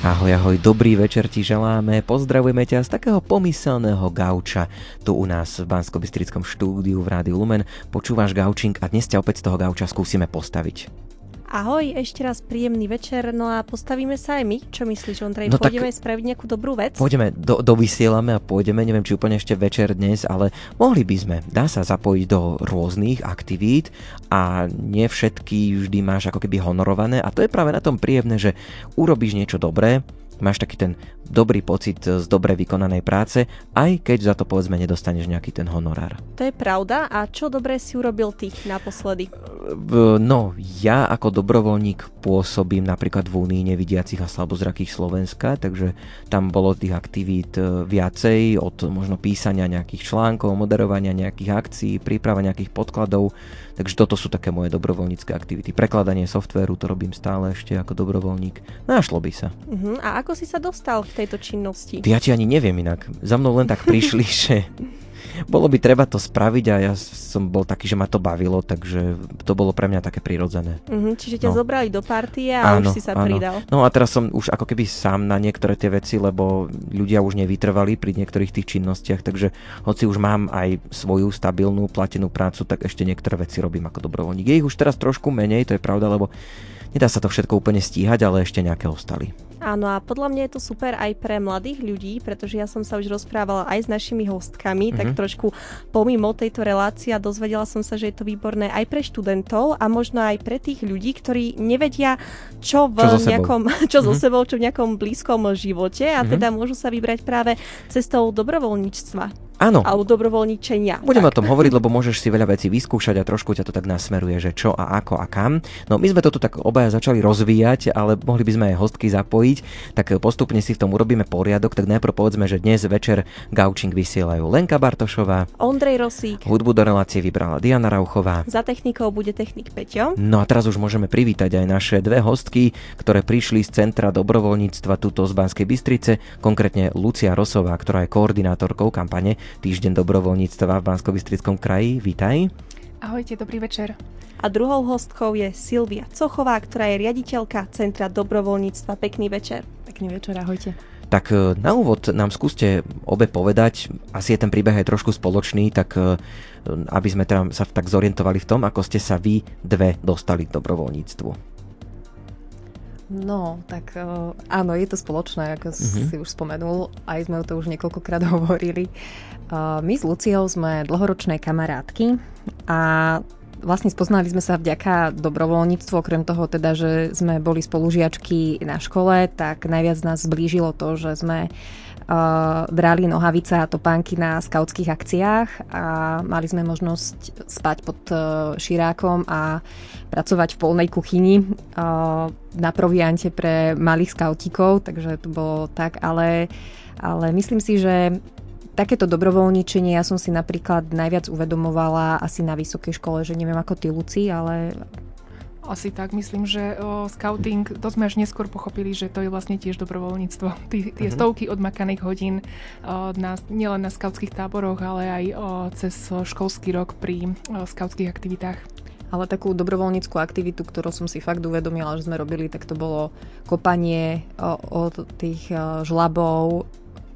Ahoj, ahoj, dobrý večer ti želáme, pozdravujeme ťa z takého pomyselného gauča tu u nás v Banskobystrickom štúdiu v Rádiu Lumen. Počúvaš Gaučing a dnes ťa opäť z toho gauča skúsime postaviť. Ahoj, ešte raz príjemný večer, no a postavíme sa aj my. Čo myslíš, Ondrej? No pôjdeme spraviť nejakú dobrú vec? Pôjdeme, dovysielame a pôjdeme, neviem, či úplne ešte večer dnes, ale mohli by sme. Dá sa zapojiť do rôznych aktivít a nie všetky vždy máš ako keby honorované a to je práve na tom príjemné, že urobíš niečo dobré, máš taký ten dobrý pocit z dobre vykonanej práce, aj keď za to povedzme nedostaneš nejaký ten honorár. To je pravda. A čo dobré si urobil ty naposledy? No, ja ako dobrovoľník pôsobím napríklad v Únii nevidiacich a slabozrakých Slovenska, takže tam bolo tých aktivít viacej, od možno písania nejakých článkov, moderovania nejakých akcií, príprava nejakých podkladov, takže toto sú také moje dobrovoľnícke aktivity. Prekladanie softvéru, to robím stále ešte ako dobrovoľník. Našlo by sa. A ako si sa dostal k tejto činnosti? Ja ti ani neviem inak. Za mnou len tak prišli, že bolo by treba to spraviť a ja som bol taký, že ma to bavilo, takže to bolo pre mňa také prirodzené. Čiže ťa zobrali do partie a áno, už si sa pridal. No a teraz som už ako keby sám na niektoré tie veci, lebo ľudia už nevytrvali pri niektorých tých činnostiach, takže hoci už mám aj svoju stabilnú platenú prácu, tak ešte niektoré veci robím ako dobrovoľník. Je ich už teraz trošku menej, to je pravda, lebo nedá sa to všetko úplne stíhať, ale ešte nejaké ostali. Áno, a podľa mňa je to super aj pre mladých ľudí, pretože ja som sa už rozprávala aj s našimi hostkami, tak trošku pomimo tejto relácie a dozvedela som sa, že je to výborné aj pre študentov a možno aj pre tých ľudí, ktorí nevedia, čo so sebou, čo v nejakom blízkom živote a teda môžu sa vybrať práve cestou dobrovoľníctva. Áno. Alebo dobrovoľníčenia. Budeme o tom hovoriť, lebo môžeš si veľa vecí vyskúšať a trošku ťa to tak nasmeruje, že čo a ako a kam. No my sme to tu tak obaja začali rozvíjať, ale mohli by sme aj hostky zapojiť, tak postupne si v tom urobíme poriadok, tak najprv povedzme, že dnes večer Gaučing vysielajú Lenka Bartošová, Ondrej Rosík, hudbu do relácie vybrala Diana Rauchová. Za technikou bude technik Peťo. No a teraz už môžeme privítať aj naše dve hostky, ktoré prišli z Centra dobrovoľníctva tuto z Banskej Bystrice, konkrétne Lucia Rosová, ktorá je koordinátorkou kampane Týždeň dobrovoľníctva v Banskobystrickom kraji. Vítaj. Ahojte, dobrý večer. A druhou hostkou je Silvia Cochová, ktorá je riaditeľka Centra dobrovoľníctva. Pekný večer. Pekný večer, ahojte. Tak na úvod nám skúste obe povedať, asi je ten príbeh aj trošku spoločný, tak aby sme teda sa tak zorientovali v tom, ako ste sa vy dve dostali k dobrovoľníctvu. No, tak áno, je to spoločné, ako si už spomenul, aj sme to už niekoľkokrát hovorili. My s Luciou sme dlhoročné kamarátky a vlastne spoznali sme sa vďaka dobrovoľníctvu, okrem toho teda, že sme boli spolužiačky na škole, tak najviac nás zblížilo to, že sme brali nohavice a topánky na skautských akciách a mali sme možnosť spať pod širákom a pracovať v poľnej kuchyni na proviante pre malých skautíkov, takže to bolo tak, ale myslím si, že takéto dobrovoľníčenie ja som si napríklad najviac uvedomovala asi na vysokej škole, že neviem ako ty, Luci, ale... Asi tak, myslím, že scouting, to sme až neskôr pochopili, že to je vlastne tiež dobrovoľníctvo. Tie stovky odmakaných hodín nielen na skautských táboroch, ale aj cez školský rok pri skautských aktivitách. Ale takú dobrovoľníckú aktivitu, ktorú som si fakt uvedomila, že sme robili, tak to bolo kopanie od tých žlabov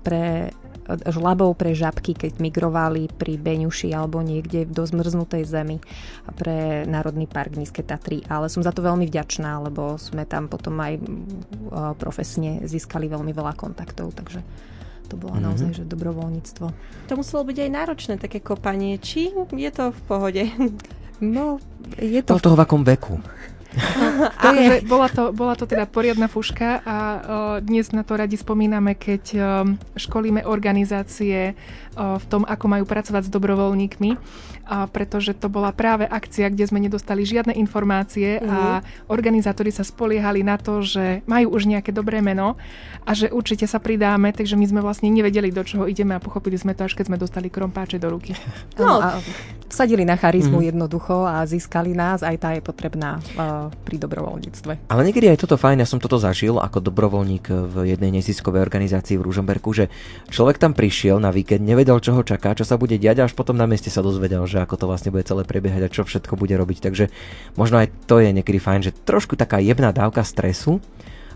pre žabky, keď migrovali pri Beňuši alebo niekde do zmrznutej zemi pre Národný park Nízke Tatry. Ale som za to veľmi vďačná, lebo sme tam potom aj profesne získali veľmi veľa kontaktov, takže to bolo naozaj že dobrovoľníctvo. To muselo byť aj náročné také kopanie, či je to v pohode? No, je to... V toho v akom veku? Takže bola to teda poriadna fuška a dnes na to radi spomíname, keď školíme organizácie v tom, ako majú pracovať s dobrovoľníkmi, pretože to bola práve akcia, kde sme nedostali žiadne informácie a organizátori sa spoliehali na to, že majú už nejaké dobré meno a že určite sa pridáme, takže my sme vlastne nevedeli, do čoho ideme a pochopili sme to, až keď sme dostali krompáče do ruky. No, a vsadili na charizmu jednoducho a získali nás, aj tá je potrebná pri dobrovoľníctve. Ale niekedy aj toto fajn, ja som toto zažil ako dobrovoľník v jednej neziskovej organizácii v Ružomberku, že človek tam prišiel na víkend, nevedel, čo ho čaká, čo sa bude diať a až potom na mieste sa dozvedel, že ako to vlastne bude celé prebiehať a čo všetko bude robiť. Takže možno aj to je niekedy fajn, že trošku taká jemná dávka stresu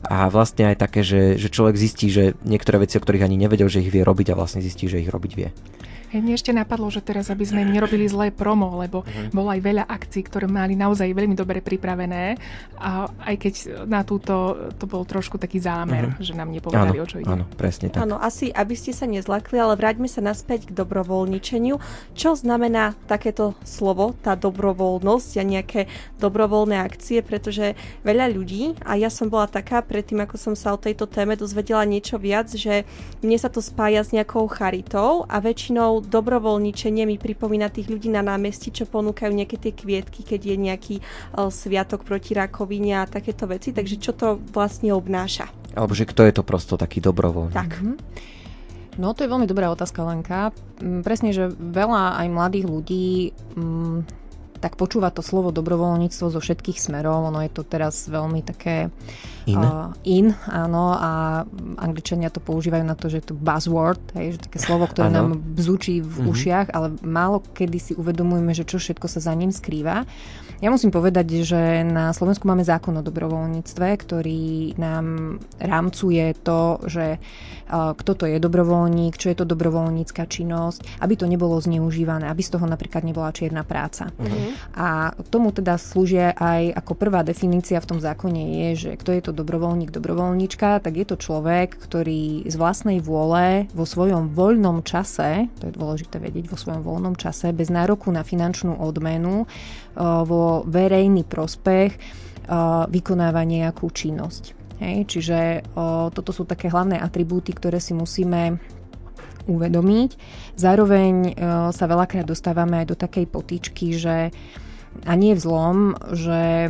a vlastne aj také, že človek zistí, že niektoré veci, o ktorých ani nevedel, že ich vie robiť a vlastne zistí, že ich robiť vie. Mne ešte napadlo, že teraz, aby sme nerobili zlé promo, lebo bolo aj veľa akcií, ktoré mali naozaj veľmi dobre pripravené a aj keď na túto to bol trošku taký zámer, že nám nepovedali, o čo ide. Áno, presne tak. Áno, asi, aby ste sa nezlakli, ale vráťme sa naspäť k dobrovoľničeniu. Čo znamená takéto slovo, tá dobrovoľnosť a nejaké dobrovoľné akcie, pretože veľa ľudí, a ja som bola taká predtým, ako som sa o tejto téme dozvedela niečo viac, že mne sa to spája s nejakou charitou a väčšinou dobrovoľničenie mi pripomína tých ľudí na námestí, čo ponúkajú nejaké tie kvietky, keď je nejaký sviatok proti rakovine a takéto veci. Takže čo to vlastne obnáša? Alebo že kto je to prosto taký dobrovoľník? Tak. No to je veľmi dobrá otázka, Lenka. Presne, že veľa aj mladých ľudí tak počúva to slovo dobrovoľníctvo zo všetkých smerov. Ono je to teraz veľmi také áno, a Angličania to používajú na to, že je to buzzword, že také slovo, ktoré nám bzučí v ušiach, ale málo kedy si uvedomujeme, že čo všetko sa za ním skrýva. Ja musím povedať, že na Slovensku máme zákon o dobrovoľníctve, ktorý nám rámcuje to, že kto to je dobrovoľník, čo je to dobrovoľnícka činnosť, aby to nebolo zneužívané, aby z toho napríklad nebola čierna práca. A tomu teda slúžia aj ako prvá definícia v tom zákone je, že kto je to dobrovoľník, dobrovoľníčka, tak je to človek, ktorý z vlastnej vôle vo svojom voľnom čase, to je dôležité vedieť, vo svojom voľnom čase, bez nároku na finančnú odmenu, vo verejný prospech vykonáva nejakú činnosť. Hej? Čiže toto sú také hlavné atribúty, ktoré si musíme uvedomiť. Zároveň sa veľakrát dostávame aj do takej potýčky, že a nie v zlom, že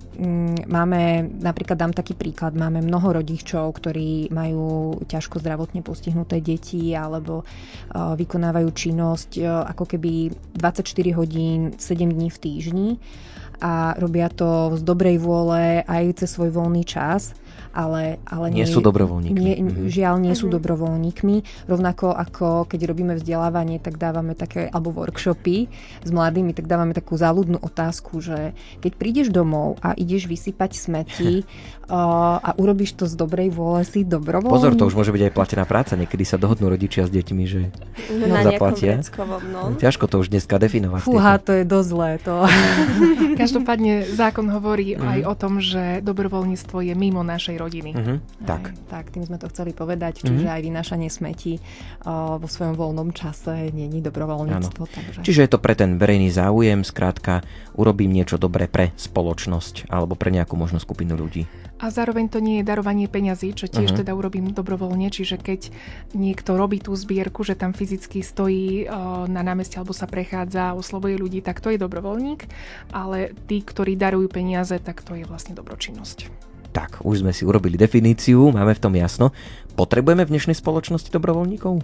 máme, napríklad dám taký príklad, máme mnoho rodičov, ktorí majú ťažko zdravotne postihnuté deti alebo vykonávajú činnosť ako keby 24 hodín, 7 dní v týždni a robia to z dobrej vôle aj cez svoj voľný čas. Ale nie sú dobrovoľníkmi. Žiaľ, nie sú dobrovoľníkmi. Rovnako ako keď robíme vzdelávanie, tak dávame také, alebo workshopy s mladými, tak dávame takú záľudnú otázku, že keď prídeš domov a ideš vysypať smeti a urobíš to z dobrej vôle, si dobrovoľník. Pozor, to už môže byť aj platená práca. Niekedy sa dohodnú rodičia s deťmi, že zaplatia. Ťažko to už dneska definovať. Fúha, to je dosť zlé. Každopádne zákon hovorí aj o tom, že dobrovoľníctvo je mimo našej rodiny. Tak, tým sme to chceli povedať, čiže aj vynášanie smetí vo svojom voľnom čase nie je dobrovoľníctvo. Takže... Čiže je to pre ten verejný záujem, skrátka urobím niečo dobré pre spoločnosť alebo pre nejakú možno skupinu ľudí. A zároveň to nie je darovanie peňazí, čo tiež teda urobím dobrovoľne, čiže keď niekto robí tú zbierku, že tam fyzicky stojí na námestí alebo sa prechádza, oslovuje ľudí, tak to je dobrovoľník, ale tí, ktorí darujú peniaze, tak to je vlastne dobročinnosť. Tak, už sme si urobili definíciu, máme v tom jasno. Potrebujeme v dnešnej spoločnosti dobrovoľníkov?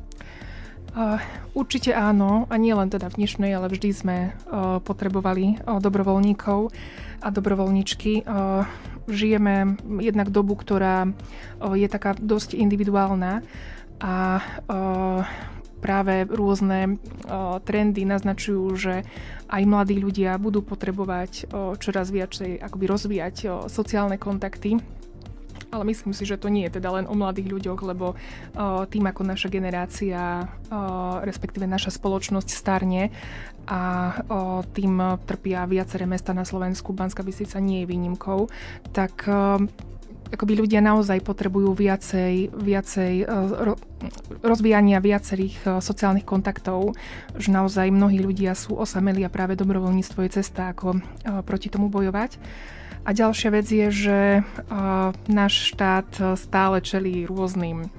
Určite áno, a nie len teda v dnešnej, ale vždy sme potrebovali dobrovoľníkov a dobrovoľníčky. Žijeme jednak dobu, ktorá je taká dosť individuálna a práve rôzne trendy naznačujú, že aj mladí ľudia budú potrebovať čoraz viacej akoby rozvíjať sociálne kontakty. Ale myslím si, že to nie je teda len o mladých ľuďoch, lebo tým, ako naša generácia, respektíve naša spoločnosť starne a tým trpia viaceré mesta na Slovensku, Banská Bystrica nie je výnimkou, tak akoby ľudia naozaj potrebujú viacej rozvíjania viacerých sociálnych kontaktov, že naozaj mnohí ľudia sú osamelí a práve dobrovoľníctvo je cesta, ako proti tomu bojovať. A ďalšia vec je, že náš štát stále čelí rôznym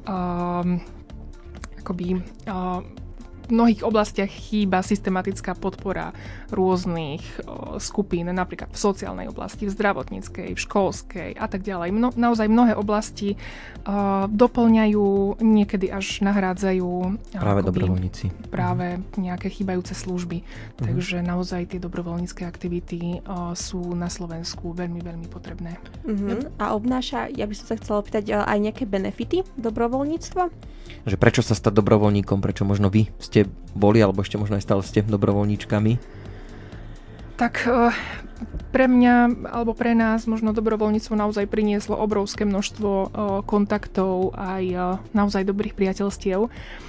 v mnohých oblastiach chýba systematická podpora rôznych skupín, napríklad v sociálnej oblasti, v zdravotníckej, v školskej a tak ďalej. Naozaj mnohé oblasti doplňajú, niekedy až nahrádzajú práve dobrovoľníci. Práve nejaké chýbajúce služby. Takže naozaj tie dobrovoľnícke aktivity sú na Slovensku veľmi, veľmi potrebné. A obnáša, ja by som sa chcela opýtať, aj nejaké benefity dobrovoľníctva? Že prečo sa stať dobrovoľníkom, prečo možno vy ste boli, alebo ešte možno aj stále ste dobrovoľníčkami? Tak pre mňa, alebo pre nás možno dobrovoľníctvo naozaj prinieslo obrovské množstvo kontaktov, aj naozaj dobrých priateľstiev.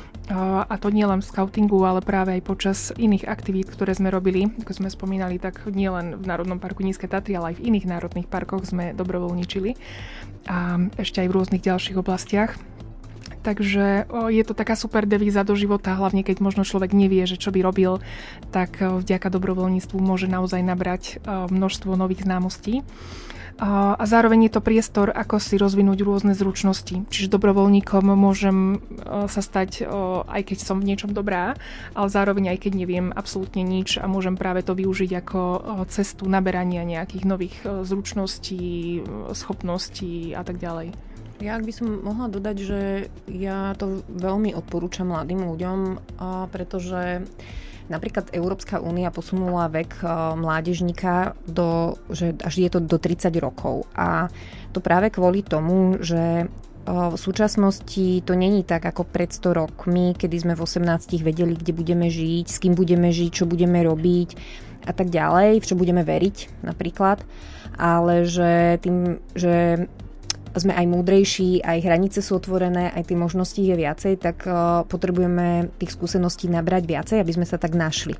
A to nie len v skautingu, ale práve aj počas iných aktivít, ktoré sme robili. Ako sme spomínali, tak nie len v Národnom parku Nízke Tatry, ale aj v iných národných parkoch sme dobrovoľničili. A ešte aj v rôznych ďalších oblastiach. Takže je to taká super devíza do života, hlavne keď možno človek nevie, že čo by robil, tak vďaka dobrovoľníctvu môže naozaj nabrať množstvo nových známostí. A zároveň je to priestor, ako si rozvinúť rôzne zručnosti. Čiže dobrovoľníkom môžem sa stať, aj keď som v niečom dobrá, ale zároveň aj keď neviem absolútne nič a môžem práve to využiť ako cestu naberania nejakých nových zručností, schopností a tak ďalej. Ja ak by som mohla dodať, že ja to veľmi odporúčam mladým ľuďom, pretože napríklad Európska únia posunula vek mládežníka že až je to do 30 rokov. A to práve kvôli tomu, že v súčasnosti to není tak ako pred 100 rokmi, kedy sme v 18 vedeli, kde budeme žiť, s kým budeme žiť, čo budeme robiť a tak ďalej, v čo budeme veriť napríklad. Ale že tým, že sme aj múdrejší, aj hranice sú otvorené, aj tie možnosti je viacej, tak potrebujeme tých skúseností nabrať viacej, aby sme sa tak našli.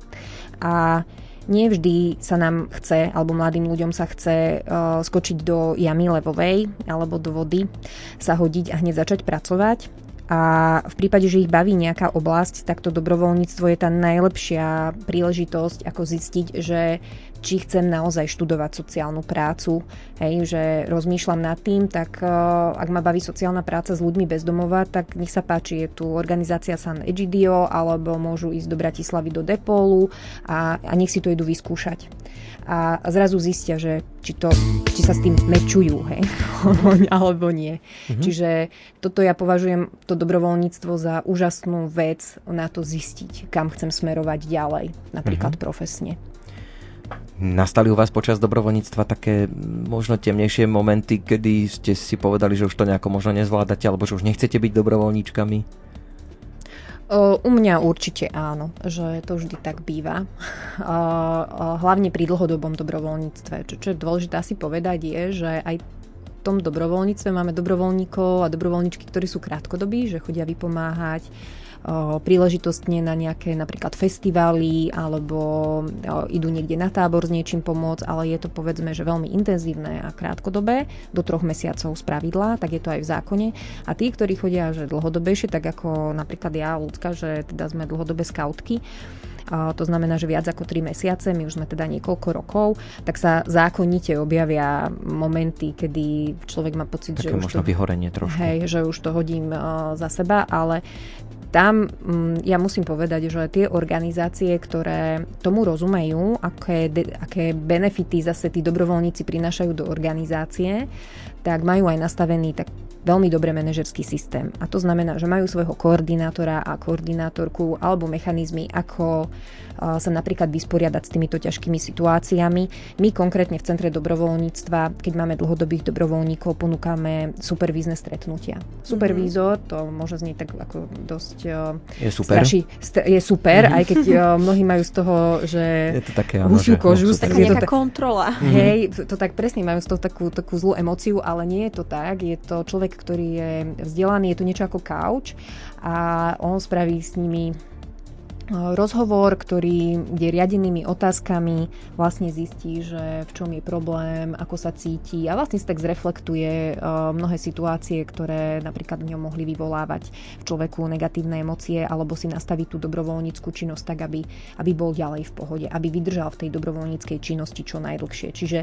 A nie vždy sa nám chce, alebo mladým ľuďom sa chce skočiť do jamy ľavovej alebo do vody, sa hodiť a hneď začať pracovať. A v prípade, že ich baví nejaká oblasť, tak to dobrovoľníctvo je tá najlepšia príležitosť, ako zistiť, že či chcem naozaj študovať sociálnu prácu, že rozmýšľam nad tým, tak ak ma baví sociálna práca s ľuďmi bez domova, tak nech sa páči, je tu organizácia San Egidio, alebo môžu ísť do Bratislavy do Depolu a nech si to idú vyskúšať. A zrazu zistia, že či sa s tým mečujú, alebo nie. Čiže toto ja považujem to dobrovoľníctvo za úžasnú vec na to zistiť, kam chcem smerovať ďalej, napríklad profesne. Nastali u vás počas dobrovoľníctva také možno temnejšie momenty, kedy ste si povedali, že už to nejako možno nezvládate, alebo že už nechcete byť dobrovoľníčkami? U mňa určite áno, že to vždy tak býva. Hlavne pri dlhodobom dobrovoľníctve. Čo je dôležité asi povedať je, že aj v tom dobrovoľníctve máme dobrovoľníkov a dobrovoľníčky, ktorí sú krátkodobí, že chodia vypomáhať príležitostne na nejaké napríklad festivály alebo idú niekde na tábor s niečím pomôcť, ale je to povedzme, že veľmi intenzívne a krátkodobé, do 3 mesiacov z pravidla, tak je to aj v zákone. A tí, ktorí chodia že dlhodobejšie, tak ako napríklad ja, Ľudská, že teda sme dlhodobé skautky, to znamená, že viac ako 3 mesiace, my už sme teda niekoľko rokov, tak sa zákonite objavia momenty, kedy človek má pocit, také že možno vyhorenie trošku. Že už to hodím za seba, ale tam ja musím povedať, že tie organizácie, ktoré tomu rozumejú, aké benefity zase tí dobrovoľníci prinášajú do organizácie, tak majú aj nastavený tak veľmi dobrý manažerský systém. A to znamená, že majú svojho koordinátora a koordinátorku alebo mechanizmy, ako sa napríklad vysporiadať s týmito ťažkými situáciami. My konkrétne v Centre dobrovoľníctva, keď máme dlhodobých dobrovoľníkov, ponúkame supervízne stretnutia. Supervízor, to môže znieť tak ako dosť je super, je super, aj keď mnohí majú z toho, že je to také, husiu kožu. Taká nejaká kontrola. Hej, to tak presne, majú z toho takú zlú emóciu, ale nie je to tak. Je to človek, ktorý je vzdelaný, je to niečo ako couch a on spraví s nimi rozhovor, kde riadenými otázkami vlastne zistí, že v čom je problém, ako sa cíti a vlastne si tak zreflektuje mnohé situácie, ktoré napríklad v ňom mohli vyvolávať v človeku negatívne emócie, alebo si nastaviť tú dobrovoľníckú činnosť tak, aby bol ďalej v pohode, aby vydržal v tej dobrovoľníckej činnosti čo najdlhšie. Čiže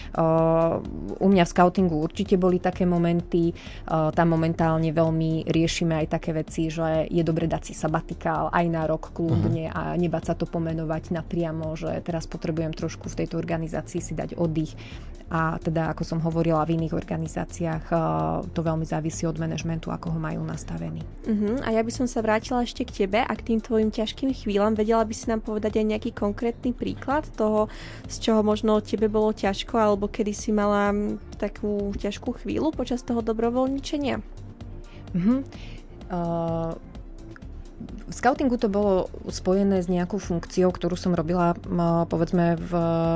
u mňa v skautingu určite boli také momenty, tam momentálne veľmi riešime aj také veci, že je dobre dať si sabatikál aj na rok a nebať sa to pomenovať napriamo, že teraz potrebujem trošku v tejto organizácii si dať oddych. A teda, ako som hovorila, v iných organizáciách to veľmi závisí od manažmentu, ako ho majú nastavený. A ja by som sa vrátila ešte k tebe a k tým tvojim ťažkým chvíľam. Vedela by si nám povedať aj nejaký konkrétny príklad toho, z čoho možno tebe bolo ťažko, alebo kedy si mala takú ťažkú chvíľu počas toho dobrovoľničenia? V skautingu to bolo spojené s nejakou funkciou, ktorú som robila povedzme v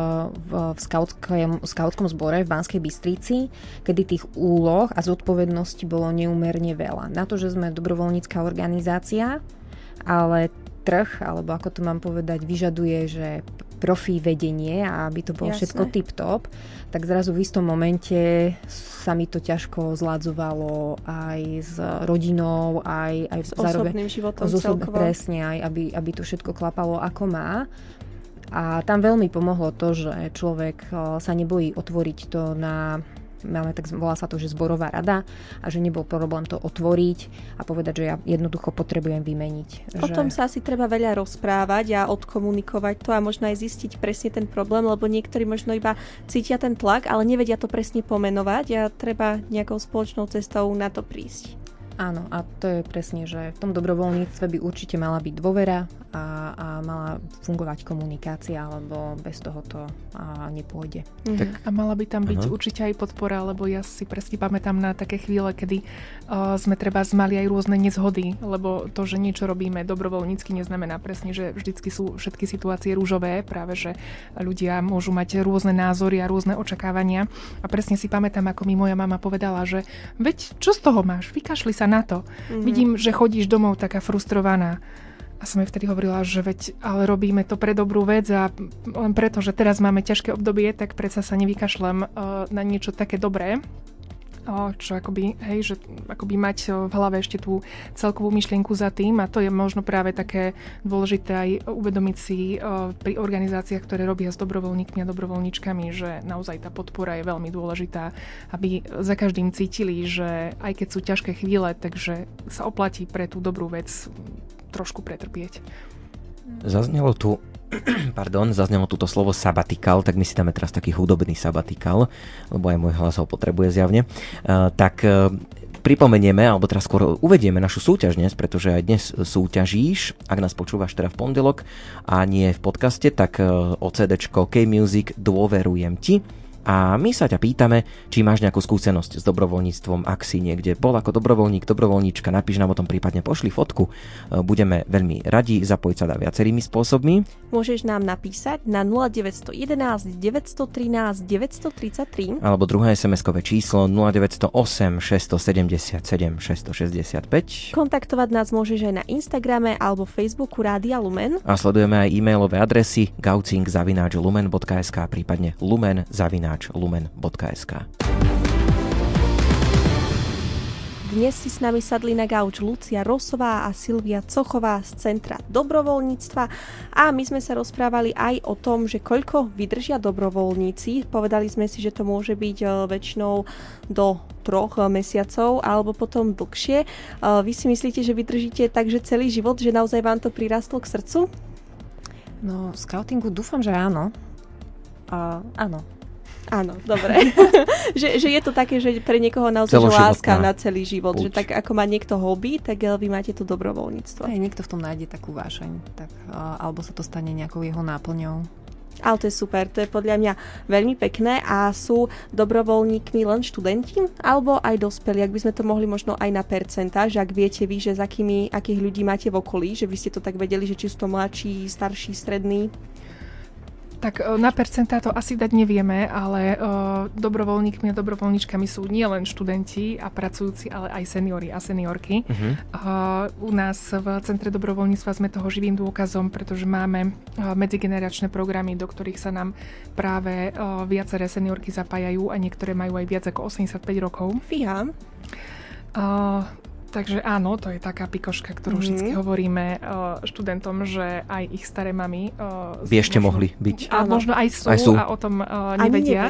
skautskom zbore v Banskej Bystrici, kedy tých úloh a zodpovedností bolo neúmerne veľa. Na to, že sme dobrovoľnícka organizácia, ale trh, alebo ako to mám povedať, vyžaduje, že profi vedenie a aby to bolo všetko tip-top, tak zrazu v istom momente sa mi to ťažko zladzovalo aj s rodinou, aj s osobným životom celkovo. Presne, aj aby to všetko klapalo ako má. A tam veľmi pomohlo to, že človek sa nebojí otvoriť to na... volá sa to, že zborová rada a že nebol problém to otvoriť a povedať, že ja jednoducho potrebujem vymeniť. O tom sa asi treba veľa rozprávať a odkomunikovať to a možno aj zistiť presne ten problém, lebo niektorí možno iba cítia ten tlak, ale nevedia to presne pomenovať a treba nejakou spoločnou cestou na to prísť. Áno, a to je presne, že v tom dobrovoľníctve by určite mala byť dôvera a mala fungovať komunikácia, lebo bez toho to nepôjde. Tak, a mala by tam byť určite aj podpora, lebo ja si presne pamätám na také chvíle, kedy sme treba mali aj rôzne nezhody, lebo to, že niečo robíme dobrovoľnícky, neznamená presne, že vždycky sú všetky situácie ružové, práve že ľudia môžu mať rôzne názory a rôzne očakávania. A presne si pamätám, ako mi moja mama povedala, že veď čo z toho máš, vykašli sa na to. Vidím, že chodíš domov taká frustrovaná. A som jej vtedy hovorila, že veď, ale robíme to pre dobrú vec a len preto, že teraz máme ťažké obdobie, tak predsa sa nevykašlem na niečo také dobré. Čo akoby, hej, že akoby mať v hlave ešte tú celkovú myšlienku za tým a to je možno práve také dôležité aj uvedomiť si pri organizáciách, ktoré robia s dobrovoľníkmi a dobrovoľníčkami, že naozaj tá podpora je veľmi dôležitá, aby za každým cítili, že aj keď sú ťažké chvíle, takže sa oplatí pre tú dobrú vec trošku pretrpieť. Zaznelo túto slovo sabatikál, tak my si dáme teraz taký hudobný sabatikál, lebo aj môj hlas ho potrebuje zjavne. Pripomenieme, alebo teraz skôr uvedieme našu súťaž dnes, pretože aj dnes súťažíš, ak nás počúvaš teda v pondelok a nie v podcaste, tak o CDčko K-Music Dôverujem ti. A my sa ťa pýtame, či máš nejakú skúsenosť s dobrovoľníctvom, ak si niekde bol ako dobrovoľník, dobrovoľníčka, napíš nám o tom, prípadne pošli fotku. Budeme veľmi radi, zapojiť sa dá viacerými spôsobmi. Môžeš nám napísať na 0911 913 933 alebo druhé SMS-kové číslo 0908 677 665. Kontaktovať nás môžeš aj na Instagrame alebo Facebooku Rádia Lumen. A sledujeme aj e-mailové adresy gaucing@lumen.sk, prípadne lumen@lumen.sk. Dnes si s nami sadli na gauč Lucia Rosová a Silvia Cochová z Centra dobrovoľníctva a my sme sa rozprávali aj o tom, že koľko vydržia dobrovoľníci. Povedali sme si, že to môže byť väčšinou do 3 mesiacov alebo potom dlhšie. Vy si myslíte, že vydržíte takže celý život, že naozaj vám to prirastlo k srdcu? No, skautingu dúfam, že áno. Áno. Áno, dobre. že je to také, že pre niekoho naozaj láska na celý život. Že tak ako má niekto hobby, tak vy máte to dobrovoľníctvo. Aj niekto v tom nájde takú vášeň. Tak, alebo sa to stane nejakou jeho náplňou. Ale to je super, to je podľa mňa veľmi pekné. A sú dobrovoľníkmi len študenti? Alebo aj dospelí? Ak by sme to mohli možno aj na percentá, že ak viete vy, že akých ľudí máte v okolí, že vy ste to tak vedeli, že či sú to mladší, starší, strední? Tak na percentá to asi dať nevieme, ale dobrovoľníkmi a dobrovoľníčkami sú nielen študenti a pracujúci, ale aj seniori a seniorky. U nás v Centre dobrovoľníctva sme toho živým dôkazom, pretože máme medzigeneračné programy, do ktorých sa nám práve viaceré seniorky zapájajú a niektoré majú aj viac ako 85 rokov. Fíha. Takže áno, to je taká pikoška, ktorú vždy hovoríme študentom, že aj ich staré mamy by ešte mohli byť. A možno aj sú a o tom nevedia.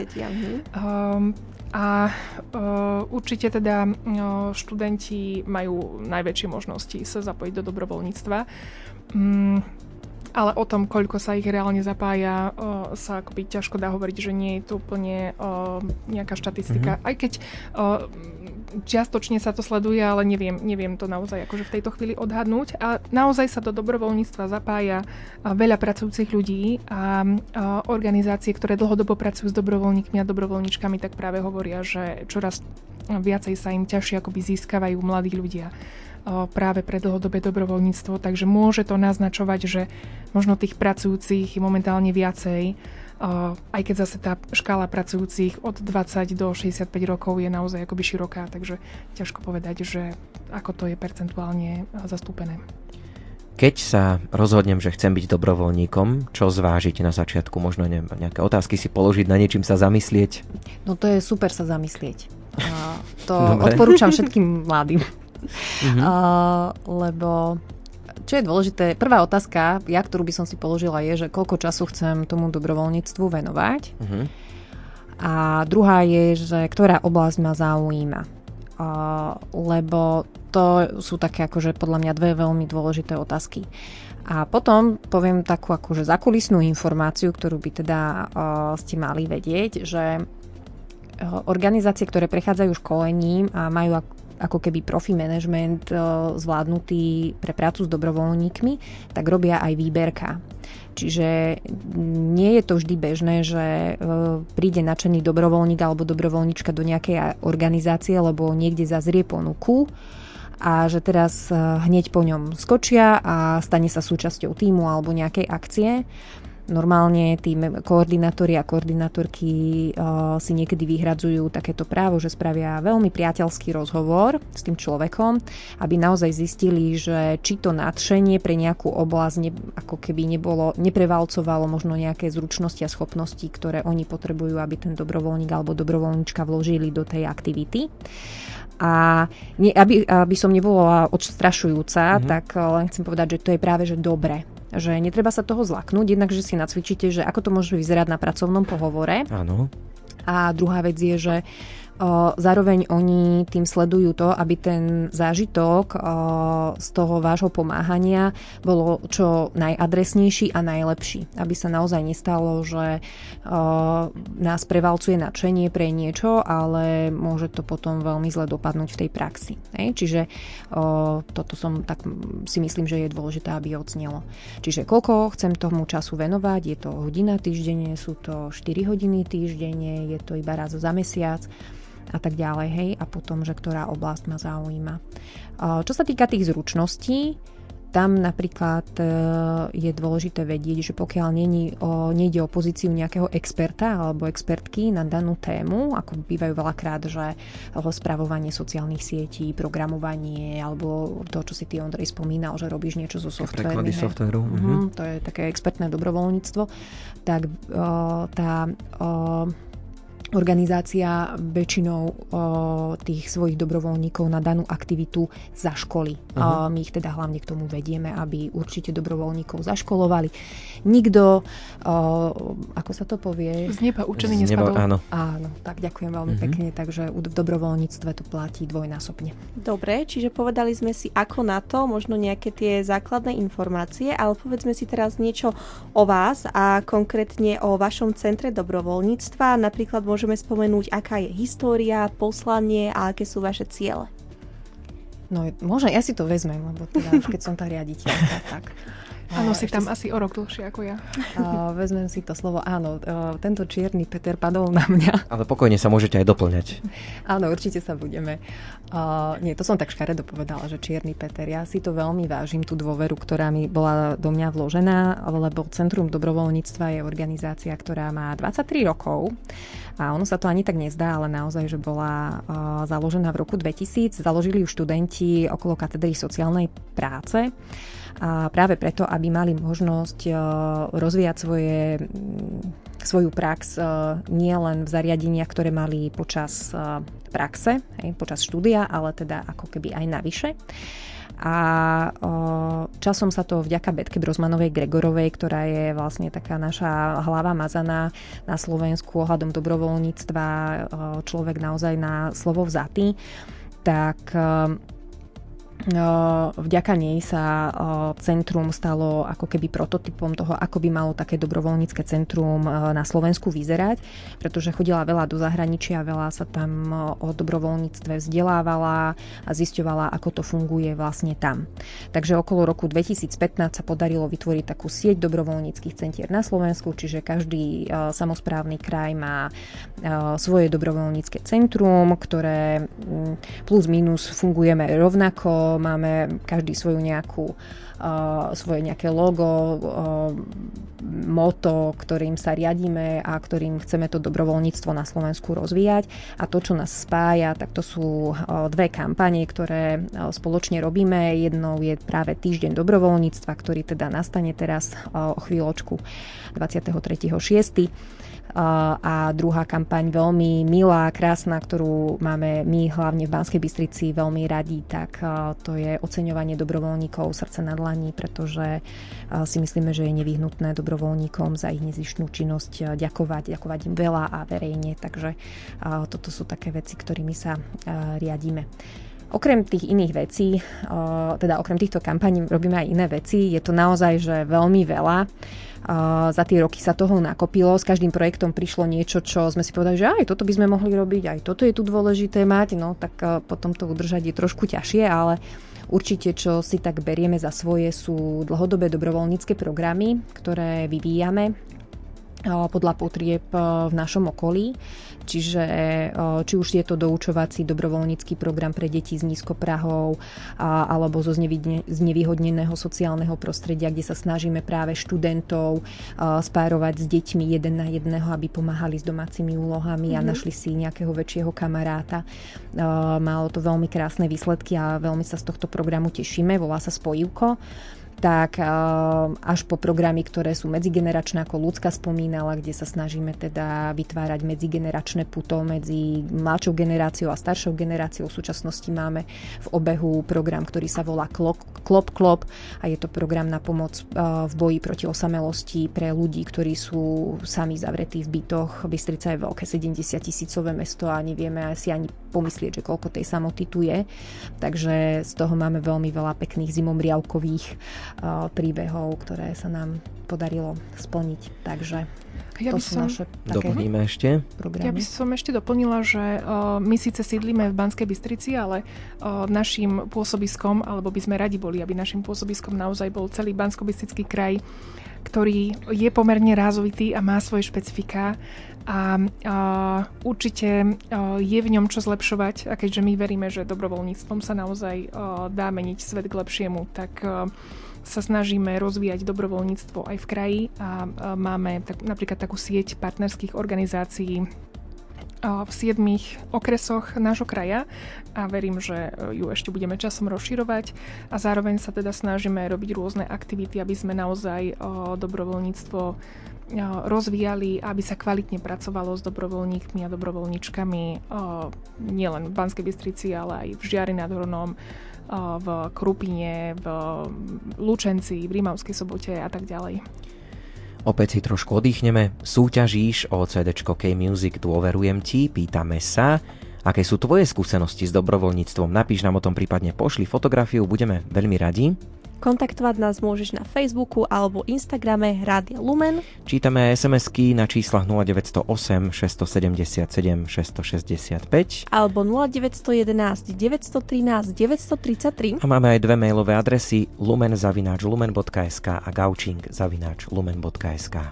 Určite teda študenti majú najväčšie možnosti sa zapojiť do dobrovoľníctva. Ale o tom, koľko sa ich reálne zapája, sa akoby ťažko dá hovoriť, že nie je to úplne nejaká štatistika. Aj keď čiastočne sa to sleduje, ale neviem to naozaj akože v tejto chvíli odhadnúť. A naozaj sa do dobrovoľníctva zapája veľa pracujúcich ľudí a organizácie, ktoré dlhodobo pracujú s dobrovoľníkmi a dobrovoľníčkami, tak práve hovoria, že čoraz viacej sa im ťažšie akoby získavajú mladí ľudia práve pre dlhodobé dobrovoľníctvo, takže môže to naznačovať, že možno tých pracujúcich je momentálne viacej, aj keď zase tá škála pracujúcich od 20 do 65 rokov je naozaj akoby široká, takže ťažko povedať, že ako to je percentuálne zastúpené. Keď sa rozhodnem, že chcem byť dobrovoľníkom, čo zvážiť na začiatku? Možno nejaké otázky si položiť, na niečím sa zamyslieť? No to je super sa zamyslieť. To odporúčam všetkým mladým. Lebo čo je dôležité, prvá otázka, ktorú by som si položila, je, že koľko času chcem tomu dobrovoľníctvu venovať. A druhá je, že ktorá oblasť ma zaujíma. Lebo to sú také akože podľa mňa dve veľmi dôležité otázky. A potom poviem takú akože zakulisnú informáciu, ktorú by teda ste mali vedieť, že organizácie, ktoré prechádzajú školením a majú ako keby profi management zvládnutý pre prácu s dobrovoľníkmi, tak robia aj výberka. Čiže nie je to vždy bežné, že príde nadšený dobrovoľník alebo dobrovoľníčka do nejakej organizácie, lebo niekde zazrie ponuku a že teraz hneď po ňom skočia a stane sa súčasťou tímu alebo nejakej akcie. Normálne tí koordinátori a koordinátorky si niekedy vyhradzujú takéto právo, že spravia veľmi priateľský rozhovor s tým človekom, aby naozaj zistili, že či to nadšenie pre nejakú oblasť ako keby neprevalcovalo možno nejaké zručnosti a schopnosti, ktoré oni potrebujú, aby ten dobrovoľník alebo dobrovoľníčka vložili do tej aktivity. A aby som nebola odstrašujúca, tak len chcem povedať, že to je práve že dobre. Že netreba sa toho zlaknúť, jednak, že si nacvičíte, že ako to môže vyzerať na pracovnom pohovore. Áno. A druhá vec je, že zároveň oni tým sledujú to, aby ten zážitok z toho vášho pomáhania bolo čo najadresnejší a najlepší. Aby sa naozaj nestalo, že nás prevalcuje nadšenie pre niečo, ale môže to potom veľmi zle dopadnúť v tej praxi. Čiže toto si myslím, že je dôležité, aby odznelo. Čiže koľko chcem tomu času venovať, je to hodina týždenne, sú to 4 hodiny týždenne, je to iba raz za mesiac a tak ďalej, hej, a potom, že ktorá oblasť ma zaujíma. Čo sa týka tých zručností, tam napríklad je dôležité vedieť, že pokiaľ nejde o pozíciu nejakého experta alebo expertky na danú tému, ako bývajú veľakrát, že spravovanie sociálnych sietí, programovanie alebo to, čo si ty, Ondrej, spomínal, že robíš niečo so softvermi. Preklady softveru. To je také expertné dobrovoľníctvo. Tak organizácia väčšinou tých svojich dobrovoľníkov na danú aktivitu zaškolí. My ich teda hlavne k tomu vedieme, aby určite dobrovoľníkov zaškolovali. Nikto, ako sa to povie? Z neba učený nespadol. Áno, tak ďakujem veľmi pekne, takže v dobrovoľníctve to platí dvojnásobne. Dobre, čiže povedali sme si ako na to, možno nejaké tie základné informácie, ale povedzme si teraz niečo o vás a konkrétne o vašom centre dobrovoľníctva. Napríklad môžeme spomenúť, aká je história, poslanie a aké sú vaše ciele. No, možno ja si to vezmem, lebo teda už keď som tá riaditeľka, tak... Áno, si tam asi o rok dlhšie ako ja. Vezmem si to slovo. Áno, tento čierny Peter padol na mňa. Ale pokojne sa môžete aj doplňať. Áno, určite sa budeme. Nie, to som tak škaredo povedala, že čierny Peter. Ja si to veľmi vážim, tú dôveru, ktorá mi bola do mňa vložená, lebo Centrum dobrovoľníctva je organizácia, ktorá má 23 rokov. A ono sa to ani tak nezdá, ale naozaj, že bola založená v roku 2000. Založili ju študenti okolo katedry sociálnej práce. A práve preto, aby mali možnosť rozvíjať svoju prax nie len v zariadeniach, ktoré mali počas praxe, počas štúdia, ale teda ako keby aj navyše. A časom sa to vďaka Betke Brozmanovej Gregorovej, ktorá je vlastne taká naša hlava mazaná na Slovensku ohľadom dobrovoľníctva, človek naozaj na slovo vzatý, tak Vďaka nej sa centrum stalo ako keby prototypom toho, ako by malo také dobrovoľnícke centrum na Slovensku vyzerať, pretože chodila veľa do zahraničia, veľa sa tam o dobrovoľníctve vzdelávala a zisťovala, ako to funguje vlastne tam. Takže okolo roku 2015 sa podarilo vytvoriť takú sieť dobrovoľníckych centier na Slovensku, čiže každý samosprávny kraj má svoje dobrovoľnícke centrum, ktoré plus minus fungujeme rovnako. Máme každý svoje nejaké logo, motto, ktorým sa riadíme a ktorým chceme to dobrovoľníctvo na Slovensku rozvíjať. A to, čo nás spája, tak to sú dve kampane, ktoré spoločne robíme. Jednou je práve Týždeň dobrovoľníctva, ktorý teda nastane teraz o chvíľočku 23.6. A druhá kampaň veľmi milá, krásna, ktorú máme my hlavne v Banskej Bystrici veľmi radi, tak to je oceňovanie dobrovoľníkov Srdce na dlani, pretože si myslíme, že je nevyhnutné dobrovoľníkom za ich nezištnú činnosť ďakovať im veľa a verejne, takže toto sú také veci, ktorými sa riadíme. Okrem tých iných vecí, teda okrem týchto kampaní robíme aj iné veci, je to naozaj že veľmi veľa. Za tie roky sa toho nakopilo, s každým projektom prišlo niečo, čo sme si povedali, že aj toto by sme mohli robiť, aj toto je tu dôležité mať, no tak potom to udržať je trošku ťažšie, ale určite, čo si tak berieme za svoje, sú dlhodobé dobrovoľnícke programy, ktoré vyvíjame podľa potrieb v našom okolí. Čiže či už je to doučovací dobrovoľnícky program pre deti z nízkoprahov alebo zo znevýhodneného sociálneho prostredia, kde sa snažíme práve študentov spárovať s deťmi jeden na jedného, aby pomáhali s domácimi úlohami a našli si nejakého väčšieho kamaráta. Malo to veľmi krásne výsledky a veľmi sa z tohto programu tešíme. Volá sa Spojivko. Tak až po programy, ktoré sú medzigeneračné, ako Ľudská spomínala, kde sa snažíme teda vytvárať medzigeneračné puto medzi mladšou generáciou a staršou generáciou. V súčasnosti máme v obehu program, ktorý sa volá Klop a je to program na pomoc v boji proti osamelosti pre ľudí, ktorí sú sami zavretí v bytoch. Bystrica je veľké 70-tisícové mesto a nevieme si ani pomyslieť, že koľko tej samoty tu je. Takže z toho máme veľmi veľa pekných zimomriavkových príbehov, ktoré sa nám podarilo splniť. Takže to sú naše také programy. Ja by som ešte doplnila, že my síce sídlíme v Banskej Bystrici, ale našim pôsobiskom, alebo by sme radi boli, aby našim pôsobiskom naozaj bol celý Banskobystrický kraj, ktorý je pomerne rázovitý a má svoje špecifiká a určite je v ňom čo zlepšovať, a keďže my veríme, že dobrovoľníctvom sa naozaj dá meniť svet k lepšiemu, tak sa snažíme rozvíjať dobrovoľníctvo aj v kraji a máme napríklad takú sieť partnerských organizácií v 7 okresoch nášho kraja a verím, že ju ešte budeme časom rozširovať a zároveň sa teda snažíme robiť rôzne aktivity, aby sme naozaj dobrovoľníctvo rozvíjali, aby sa kvalitne pracovalo s dobrovoľníkmi a dobrovoľníčkami nielen v Banskej Bystrici, ale aj v Žiari nad Hronom, v Krupine, v Lučenci, v Rímavskej Sobote a tak ďalej. Opäť si trošku oddychneme. Súťažíš o CDčko K-Music Dôverujem ti. Pýtame sa, aké sú tvoje skúsenosti s dobrovoľníctvom. Napíš nám o tom, prípadne pošli fotografiu, budeme veľmi radi. Kontaktovať nás môžeš na Facebooku alebo Instagrame Rádia Lumen. Čítame SMS-ky na číslach 0908 677 665 alebo 0911 913 933. A máme aj dve mailové adresy lumen@lumen.sk a gaučing@lumen.sk.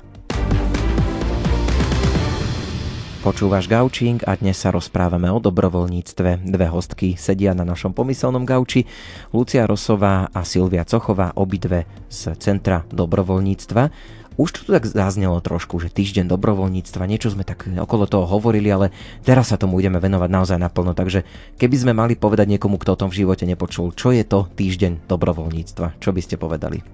Počúvaš Gaučing a dnes sa rozprávame o dobrovoľníctve. Dve hostky sedia na našom pomyselnom gauči, Lucia Rosová a Silvia Cochová, obidve z Centra dobrovoľníctva. Už to tu tak zaznelo trošku, že týždeň dobrovoľníctva, niečo sme tak okolo toho hovorili, ale teraz sa tomu ideme venovať naozaj naplno. Takže keby sme mali povedať niekomu, kto o tom v živote nepočul, čo je to týždeň dobrovoľníctva, čo by ste povedali?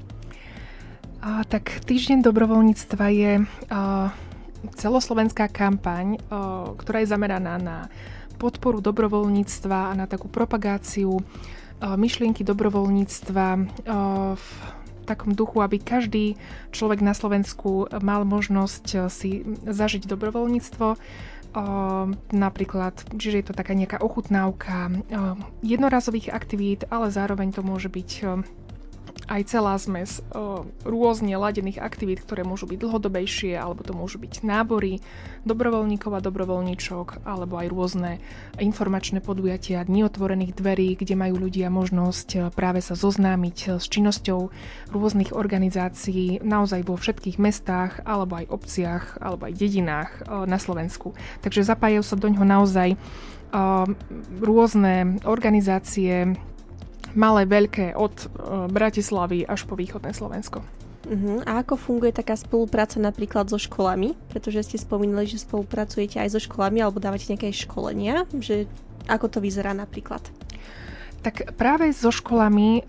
Tak týždeň dobrovoľníctva je celoslovenská kampaň, ktorá je zameraná na podporu dobrovoľníctva a na takú propagáciu myšlienky dobrovoľníctva v takom duchu, aby každý človek na Slovensku mal možnosť si zažiť dobrovoľníctvo. napríklad, čiže je to taká nejaká ochutnávka jednorazových aktivít, ale zároveň to môže byť aj celá zmes rôzne ladených aktivít, ktoré môžu byť dlhodobejšie, alebo to môžu byť nábory dobrovoľníkov a dobrovoľníčok, alebo aj rôzne informačné podujatia dní otvorených dverí, kde majú ľudia možnosť práve sa zoznámiť s činnosťou rôznych organizácií naozaj vo všetkých mestách, alebo aj obciach, alebo aj dedinách na Slovensku. Takže zapájajú sa doňho naozaj rôzne organizácie, malé, veľké, od Bratislavy až po východné Slovensko. A ako funguje taká spolupráca napríklad so školami? Pretože ste spomínali, že spolupracujete aj so školami alebo dávate nejaké školenia. Že ako to vyzerá napríklad? Tak práve so školami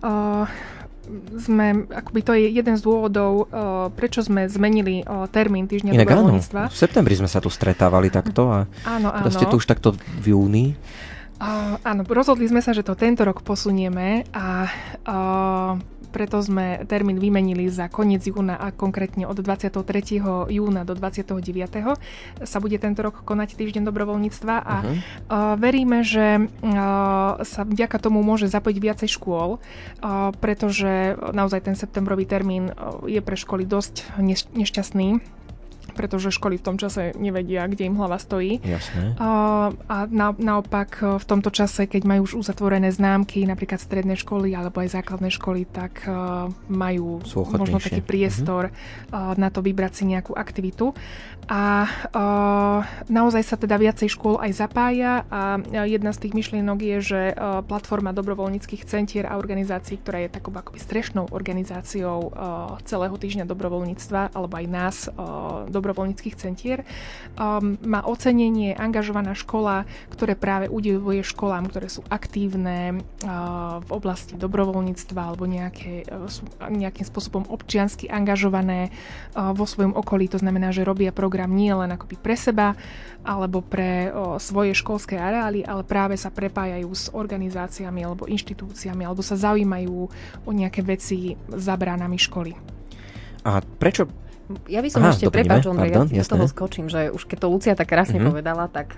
akoby to je jeden z dôvodov, prečo sme zmenili termín Týždňa dobrovoľníctva. V septembri sme sa tu stretávali takto a áno. ste tu už takto v júni. Áno, rozhodli sme sa, že to tento rok posunieme a preto sme termín vymenili za koniec júna a konkrétne od 23. júna do 29. sa bude tento rok konať Týždeň dobrovoľníctva a veríme, že sa vďaka tomu môže zapojiť viacej škôl, pretože naozaj ten septembrový termín je pre školy dosť nešťastný, pretože školy v tom čase nevedia, kde im hlava stojí. Jasné. A naopak v tomto čase, keď majú už uzatvorené známky, napríklad stredné školy alebo aj základné školy, tak majú možno taký priestor na to vybrať si nejakú aktivitu. A naozaj sa teda viacej škôl aj zapája a jedna z tých myšlienok je, že platforma dobrovoľníckych centier a organizácií, ktorá je takou akoby strešnou organizáciou celého Týždňa dobrovoľníctva alebo aj nás, dobrovoľníckych centier, má ocenenie angažovaná škola, ktoré práve udeľuje školám, ktoré sú aktívne v oblasti dobrovoľníctva alebo nejakým spôsobom občiansky angažované vo svojom okolí. To znamená, že robia program nie len akoby pre seba alebo pre svoje školské areály, ale práve sa prepájajú s organizáciami alebo inštitúciami alebo sa zaujímajú o nejaké veci za bránami školy. A prečo? Ja by som prepáč, Ondrej, ja z toho skočím, že už keď to Lucia tak krásne povedala, tak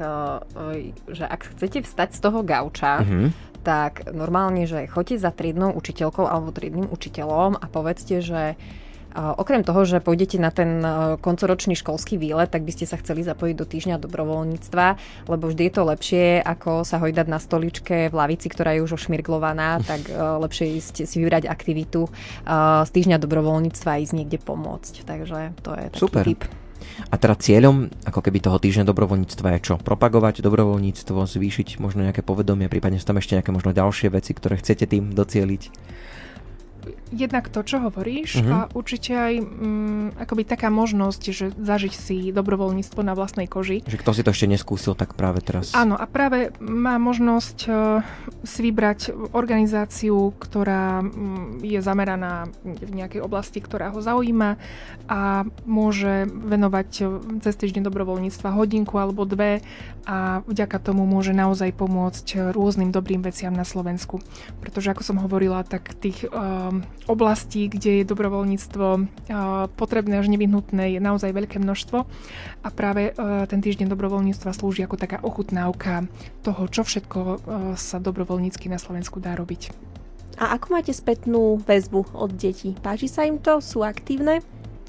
že ak chcete vstať z toho gauča, tak normálne, že choďte za triednou učiteľkou alebo triednym učiteľom a povedzte, že okrem toho, že pôjdete na ten koncoročný školský výlet, tak by ste sa chceli zapojiť do Týždňa dobrovoľníctva, lebo vždy je to lepšie, ako sa hojdať na stoličke v lavici, ktorá je už ošmirglovaná, tak lepšie ísť si vybrať aktivitu z Týždňa dobrovoľníctva a ísť niekde pomôcť. Takže to je taký super tip. A teda cieľom ako keby toho Týždňa dobrovoľníctva je čo? Propagovať dobrovoľníctvo, zvýšiť možno nejaké povedomie, prípadne sú tam ešte nejaké možno ďalšie veci, ktoré chcete tým docieliť? Jednak to, čo hovoríš, a určite aj akoby taká možnosť, že zažiť si dobrovoľníctvo na vlastnej koži. Že kto si to ešte neskúsil, tak práve teraz. Áno, a práve má možnosť si vybrať organizáciu, ktorá je zameraná v nejakej oblasti, ktorá ho zaujíma a môže venovať cez Týždeň dobrovoľníctva hodinku alebo dve a vďaka tomu môže naozaj pomôcť rôznym dobrým veciam na Slovensku. Pretože ako som hovorila, tak tých oblastí, kde je dobrovoľníctvo potrebné až nevyhnutné, je naozaj veľké množstvo a práve ten Týždeň dobrovoľníctva slúži ako taká ochutnávka toho, čo všetko sa dobrovoľnícky na Slovensku dá robiť. A ako máte spätnú väzbu od detí? Páči sa im to? Sú aktívne?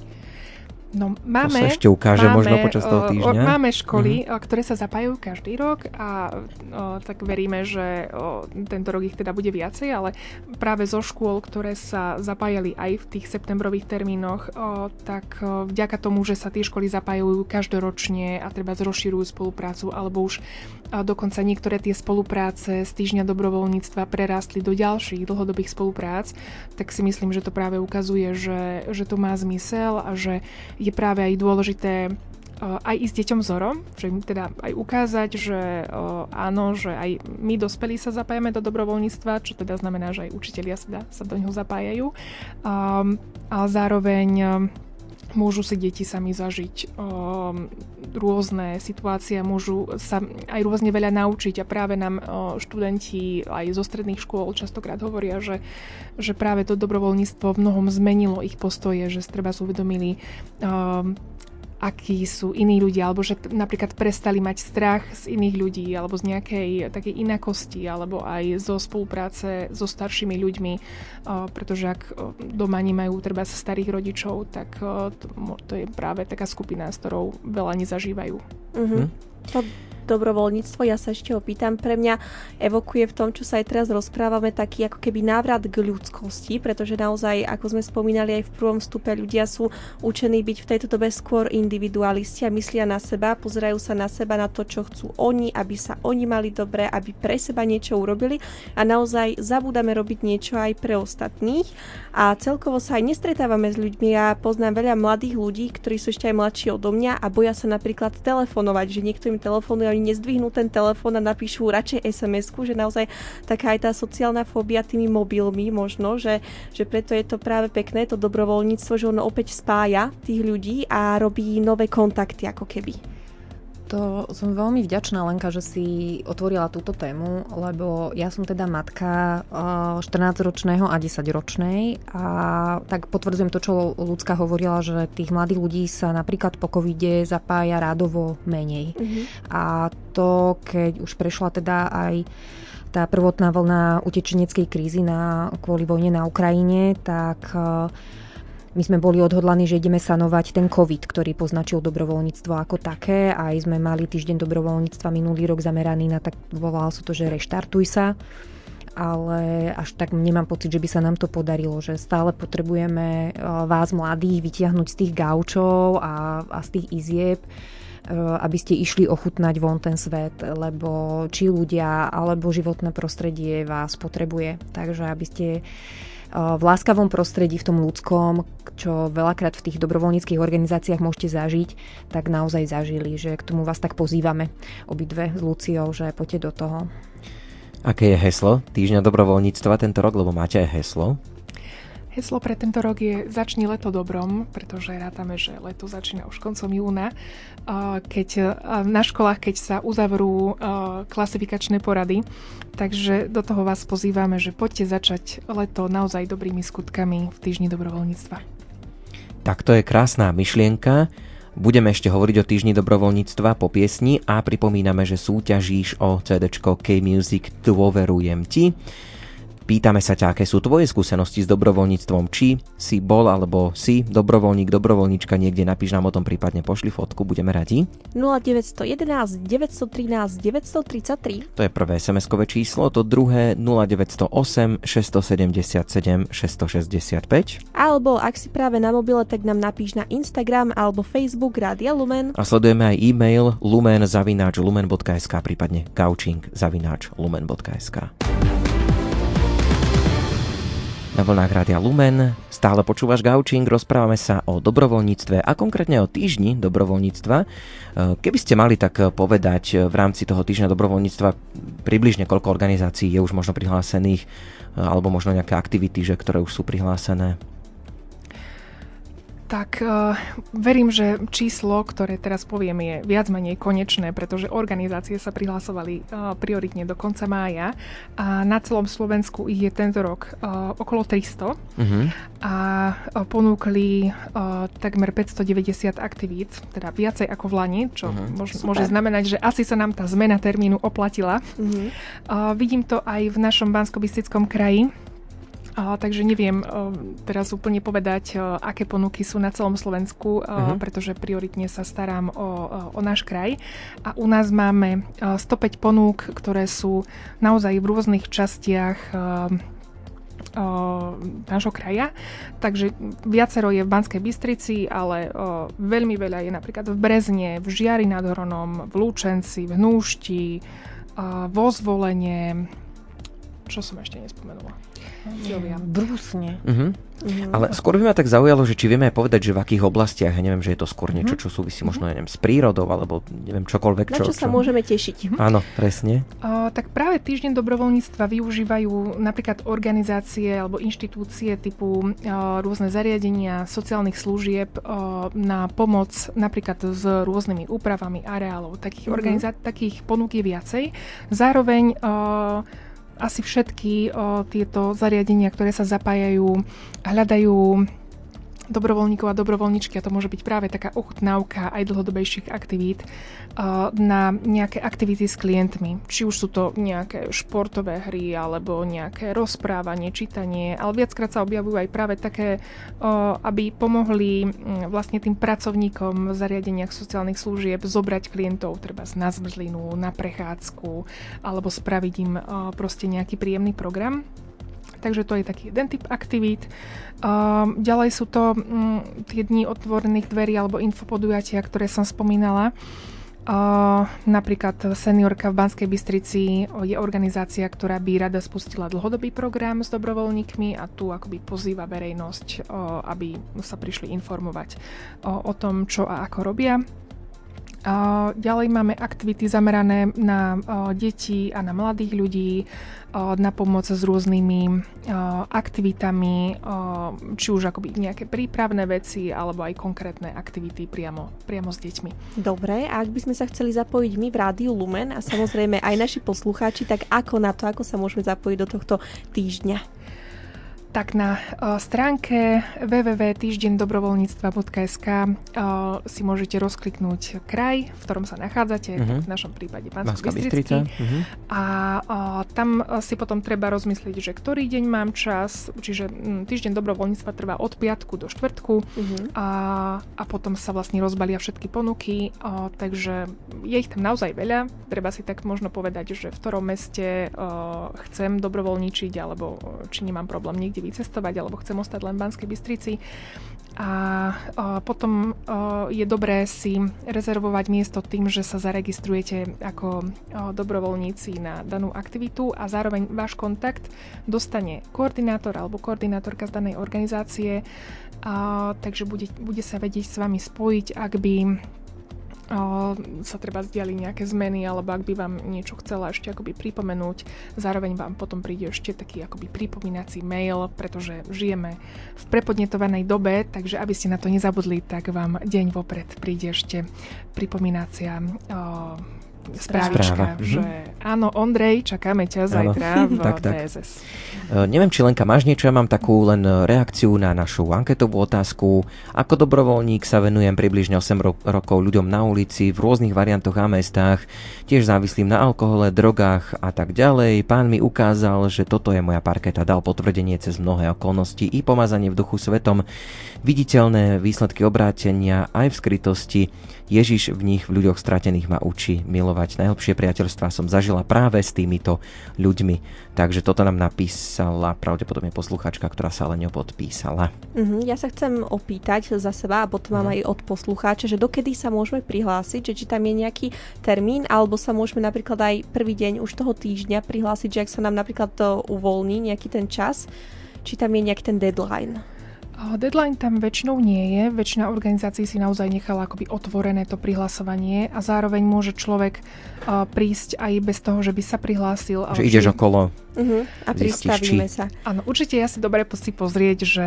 No, to sa ešte ukáže možno počas toho týždňa. Máme školy, ktoré sa zapájajú každý rok a tak veríme, že tento rok ich teda bude viacej, ale práve zo škôl, ktoré sa zapájali aj v tých septembrových termínoch, tak vďaka tomu, že sa tie školy zapájajú každoročne a treba rozširujú spoluprácu, alebo už dokonca niektoré tie spolupráce z Týždňa dobrovoľníctva prerástli do ďalších dlhodobých spoluprác, tak si myslím, že to práve ukazuje, že to má zmysel a že je práve aj dôležité aj ísť deťom vzorom, že im teda aj ukázať, že áno, že aj my dospelí sa zapájame do dobrovoľníctva, čo teda znamená, že aj učitelia sa do ňoho zapájajú. A zároveň môžu si deti sami zažiť rôzne situácie, môžu sa aj rôzne veľa naučiť a práve nám študenti aj zo stredných škôl častokrát hovoria, že práve to dobrovoľníctvo v mnohom zmenilo ich postoje, že treba si uvedomili akí sú iní ľudia, alebo že napríklad prestali mať strach z iných ľudí, alebo z nejakej takej inakosti, alebo aj zo spolupráce so staršími ľuďmi, pretože ak doma nemajú treba sa starých rodičov, tak to je práve taká skupina, s ktorou veľa nezažívajú. To dobrovoľníctvo, ja sa ešte opýtam, pre mňa evokuje v tom, čo sa aj teraz rozprávame, taký ako keby návrat k ľudskosti, pretože naozaj, ako sme spomínali aj v prvom vstupe, ľudia sú učení byť v tejto dobe skôr individualisti a myslia na seba, pozerajú sa na seba, na to, čo chcú oni, aby sa oni mali dobre, aby pre seba niečo urobili a naozaj zabúdame robiť niečo aj pre ostatných a celkovo sa aj nestretávame s ľuďmi. Ja poznám veľa mladých ľudí, ktorí sú ešte aj mladší odo mňa a boja sa napríklad telefonovať, že niekto im telefonuje, oni nezdvihnú ten telefón a napíšu radšej SMS-ku, že naozaj taká aj tá sociálna fóbia tými mobilmi možno, že preto je to práve pekné, to dobrovoľníctvo, že ono opäť spája tých ľudí a robí nové kontakty ako keby. To som veľmi vďačná, Lenka, že si otvorila túto tému, lebo ja som teda matka 14-ročného a 10-ročnej a tak potvrdzujem to, čo Ľudská hovorila, že tých mladých ľudí sa napríklad po covide zapája rádovo menej. A to, keď už prešla teda aj tá prvotná vlna utečeneckej krízy kvôli vojne na Ukrajine, tak my sme boli odhodlaní, že ideme sanovať ten COVID, ktorý poznačil dobrovoľníctvo ako také. Aj sme mali týždeň dobrovoľníctva minulý rok zameraný na tak, volalo sa to, že reštartuj sa. Ale až tak nemám pocit, že by sa nám to podarilo, že stále potrebujeme vás mladých vytiahnuť z tých gaučov a z tých izieb, aby ste išli ochutnať von ten svet, lebo či ľudia alebo životné prostredie vás potrebuje. Takže aby ste v láskavom prostredí, v tom ľudskom, čo veľakrát v tých dobrovoľníckych organizáciách môžete zažiť, tak naozaj zažili, že k tomu vás tak pozývame obidve s Luciou, že poďte do toho. Aké je heslo Týždňa dobrovoľníctva tento rok, lebo máte aj heslo? Heslo pre tento rok je Začni leto dobrom, pretože rátame, že leto začína už koncom júna. Keď na školách, keď sa uzavrú klasifikačné porady, takže do toho vás pozývame, že poďte začať leto naozaj dobrými skutkami v Týždni dobrovoľníctva. Tak to je krásna myšlienka. Budeme ešte hovoriť o Týždni dobrovoľníctva po piesni a pripomíname, že súťažíš o CDčko K-Music Dôverujem ti. Pýtame sa ťa, aké sú tvoje skúsenosti s dobrovoľníctvom, či si bol alebo si dobrovoľník, dobrovoľníčka, niekde napíš nám o tom, prípadne pošli fotku, budeme radi. 0911 913 933. To je prvé SMS-kové číslo, to druhé 0908 677 665. Alebo ak si práve na mobile, tak nám napíš na Instagram alebo Facebook Rádia Lumen. A sledujeme aj e-mail lumen@lumen.sk, prípadne gaučing@lumen.sk. Na vlnách Rádia Lumen stále počúvaš Gaučing, rozprávame sa o dobrovoľníctve a konkrétne o Týždni dobrovoľníctva. Keby ste mali tak povedať v rámci toho Týždňa dobrovoľníctva približne koľko organizácií je už možno prihlásených alebo možno nejaké aktivity, ktoré už sú prihlásené? Tak verím, že číslo, ktoré teraz poviem, je viac menej konečné, pretože organizácie sa prihlásovali prioritne do konca mája a na celom Slovensku ich je tento rok okolo 300 a ponúkli takmer 590 aktivít, teda viacej ako v lani, čo môže znamenať, že asi sa nám tá zmena termínu oplatila. Vidím to aj v našom Banskobystrickom kraji. Takže neviem teraz úplne povedať, aké ponuky sú na celom Slovensku, pretože prioritne sa starám o náš kraj. A u nás máme 105 ponúk, ktoré sú naozaj v rôznych častiach nášho kraja. Takže viacero je v Banskej Bystrici, ale veľmi veľa je napríklad v Brezne, v Žiari nad Hronom, v Lučenci, v Hnúšti, vo Zvolenie. Čo som ešte nespomenula? Brúsne. Ale skôr by ma tak zaujalo, že či vieme aj povedať, že v akých oblastiach, ja neviem, že je to skôr niečo, čo súvisí možno, neviem, s prírodou, alebo neviem, čokoľvek. Na čo sa môžeme tešiť. Áno, presne. Tak práve Týždeň dobrovoľníctva využívajú napríklad organizácie alebo inštitúcie typu rôzne zariadenia sociálnych služieb na pomoc napríklad s rôznymi úpravami areálov. Takých ponúk je viacej. Zároveň asi všetky tieto zariadenia, ktoré sa zapájajú, hľadajú dobrovoľníkov a dobrovoľničky, a to môže byť práve taká ochutnávka aj dlhodobejších aktivít na nejaké aktivity s klientmi. Či už sú to nejaké športové hry, alebo nejaké rozprávanie, čítanie, ale viackrát sa objavujú aj práve také, aby pomohli vlastne tým pracovníkom v zariadeniach sociálnych služieb zobrať klientov treba na zmrzlinu, na prechádzku, alebo spraviť im proste nejaký príjemný program. Takže to je taký jeden typ aktivít. Ďalej sú to tie dni otvorených dverí alebo infopodujatia, ktoré som spomínala. Napríklad Seniorka v Banskej Bystrici je organizácia, ktorá by rada spustila dlhodobý program s dobrovoľníkmi a tu akoby pozýva verejnosť, aby sa prišli informovať o tom, čo a ako robia. Ďalej máme aktivity zamerané na deti a na mladých ľudí, na pomoc s rôznymi aktivitami, či už akoby nejaké prípravné veci, alebo aj konkrétne aktivity priamo s deťmi. Dobre, a ak by sme sa chceli zapojiť my v Rádiu Lumen a samozrejme aj naši poslucháči, tak ako sa môžeme zapojiť do tohto týždňa? Tak na stránke www.týždeňdobrovoľníctva.sk si môžete rozkliknúť kraj, v ktorom sa nachádzate, v našom prípade Banská Bystrica. A tam si potom treba rozmyslieť, že ktorý deň mám čas, čiže týždeň dobrovoľníctva trvá od piatku do štvrtku a potom sa vlastne rozbalia všetky ponuky, takže je ich tam naozaj veľa. Treba si tak možno povedať, že v ktorom meste chcem dobrovoľníčiť, alebo či nemám problém niekde vycestovať, alebo chcem ostať len v Banskej Bystrici. A potom je dobré si rezervovať miesto tým, že sa zaregistrujete ako dobrovoľníci na danú aktivitu a zároveň váš kontakt dostane koordinátor alebo koordinátorka z danej organizácie, takže bude sa vedieť s vami spojiť, ak by sa treba zdiali nejaké zmeny, alebo ak by vám niečo chcela ešte akoby pripomenúť. Zároveň vám potom príde ešte taký akoby pripomínací mail, pretože žijeme v prepodnetovanej dobe, takže aby ste na to nezabudli, tak vám deň vopred príde ešte pripomínacia správička, že áno, Ondrej, čakáme ťa zajtra v DSS. Neviem, či Lenka máš niečo, ja mám takú len reakciu na našu anketovú otázku. Ako dobrovoľník sa venujem približne 8 rokov ľuďom na ulici v rôznych variantoch a mestách, tiež závislým na alkohole, drogách a tak ďalej. Pán mi ukázal, že toto je moja parketa, dal potvrdenie cez mnohé okolnosti i pomazanie v duchu svetom, viditeľné výsledky obrátenia aj v skrytosti. Ježiš v nich, v ľuďoch stratených ma učí milovať. Najhlbšie priateľstvá som zažila práve s týmito ľuďmi. Takže toto nám napísala pravdepodobne posluchačka, ktorá sa ale nepodpísala. Ja sa chcem opýtať za seba, a potom mám aj od poslucháča, že dokedy sa môžeme prihlásiť, že či tam je nejaký termín, alebo sa môžeme napríklad aj prvý deň už toho týždňa prihlásiť, že ak sa nám napríklad to uvoľní nejaký ten čas, či tam je nejaký ten deadline. Deadline tam väčšinou nie je. Väčšina organizácií si naozaj nechala akoby otvorené to prihlasovanie a zároveň môže človek prísť aj bez toho, že by sa prihlásil. Že ideš okolo. A pristavíme sa. Áno, určite je asi dobre si pozrieť, že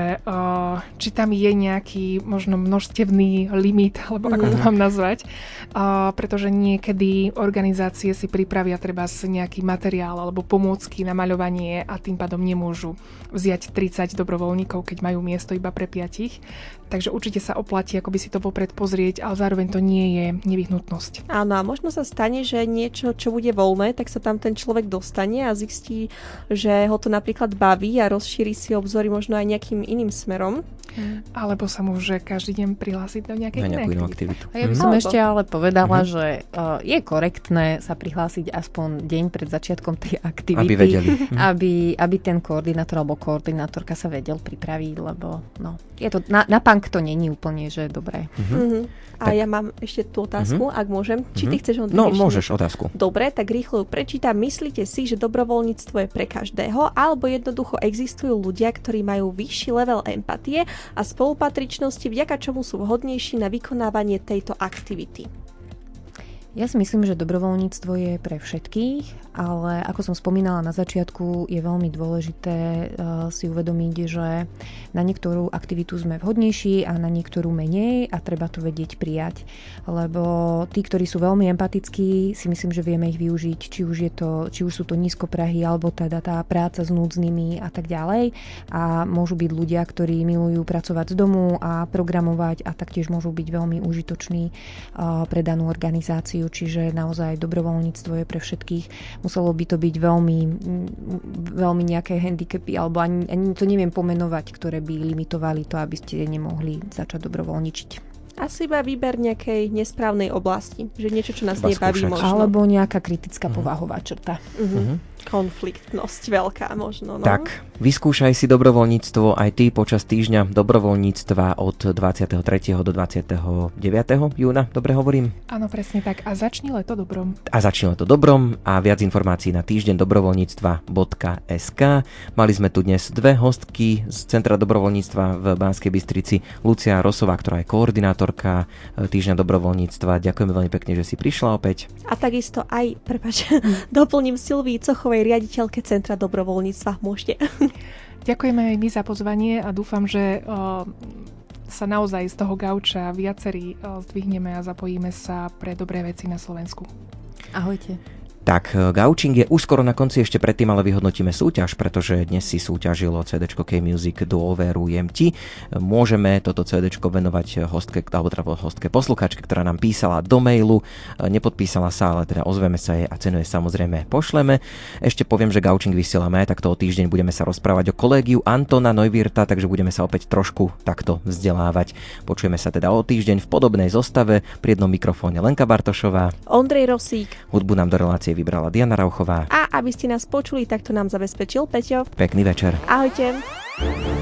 či tam je nejaký možno množstevný limit, alebo ako to mám nazvať. Pretože niekedy organizácie si pripravia treba nejaký materiál alebo pomôcky na maľovanie a tým pádom nemôžu vziať 30 dobrovoľníkov, keď majú miesto iba pre 5. Takže určite sa oplatí akoby si to vopred pozrieť, ale zároveň to nie je nevyhnutnosť. Áno, a možno sa stane, že niečo, čo bude voľné, tak sa tam ten človek dostane a zistí, že ho to napríklad baví a rozšíri si obzory možno aj nejakým iným smerom. Alebo sa môže každý deň prihlásiť do nejakej inej aktivity. A ja by som ešte ale povedala, že je korektné sa prihlásiť aspoň deň pred začiatkom tej aktivity. Aby vedeli. Aby ten koordinátor alebo koordinátorka sa vedel pripraviť, lebo je to, na punk to není úplne, že dobré. A ja mám ešte tú otázku, ak môžem. Či ty chceš No, môžeš otázku. Dobre, tak rýchlo ju prečítam. Myslíte si, že dobrovoľníctvo je pre každého, alebo jednoducho existujú ľudia, ktorí majú vyšší level empatie a spolupatričnosti, vďaka čomu sú vhodnejší na vykonávanie tejto aktivity? Ja si myslím, že dobrovoľníctvo je pre všetkých ale ako som spomínala na začiatku, je veľmi dôležité si uvedomiť, že na niektorú aktivitu sme vhodnejší a na niektorú menej a treba to vedieť prijať. Lebo tí, ktorí sú veľmi empatickí, si myslím, že vieme ich využiť, či už sú to nízkoprahy alebo teda tá práca s núdznymi a tak ďalej. A môžu byť ľudia, ktorí milujú pracovať z domu a programovať a taktiež môžu byť veľmi užitoční pre danú organizáciu. Čiže naozaj dobrovoľníctvo je pre všetkých. Muselo by to byť veľmi nejaké handicapy, alebo ani to neviem pomenovať, ktoré by limitovali to, aby ste nemohli začať dobrovoľničiť. Asi iba výber nejakej nesprávnej oblasti, že niečo, čo nás nebaví možno. Alebo nejaká kritická povahová črta. Konfliktnosť veľká možno. No? Tak, vyskúšaj si dobrovoľníctvo aj ty počas týždňa dobrovoľníctva od 23. do 29. júna. Dobre hovorím? Áno, presne tak. A začni leto dobrom. A viac informácií na týždeň dobrovoľníctva.sk. Mali sme tu dnes dve hostky z Centra dobrovoľníctva v Banskej Bystrici, Lucia Rosová, ktorá je koordinátorka týždňa dobrovoľníctva. Ďakujeme veľmi pekne, že si prišla opäť. A takisto aj, doplním Silvii Cochovej, riaditeľke Centra dobrovoľníctva. Môžete. Ďakujeme aj my za pozvanie a dúfam, že sa naozaj z toho gauča viacerí zdvihneme a zapojíme sa pre dobré veci na Slovensku. Ahojte. Tak, gaučing je už skoro na konci, ešte predtým ale vyhodnotíme súťaž, pretože dnes si súťažilo CDčko K-Music Dôverujem ti. Môžeme toto CDčko venovať hostke poslucháčke, ktorá nám písala do mailu, nepodpísala sa, ale teda ozveme sa jej a cenu je samozrejme pošleme. Ešte poviem, že gaučing vysielame aj takto o týždeň, budeme sa rozprávať o kolégiu Antona Neuwirtha, takže budeme sa opäť trošku takto vzdelávať. Počujeme sa teda o týždeň v podobnej zostave, pri jednom mikrofóne Lenka Bartošová, Ondrej Rosík. Hudbu nám do relácie vybrala Diana Rauchová. A aby ste nás počuli, tak to nám zabezpečil Peťo. Pekný večer. Ahojte.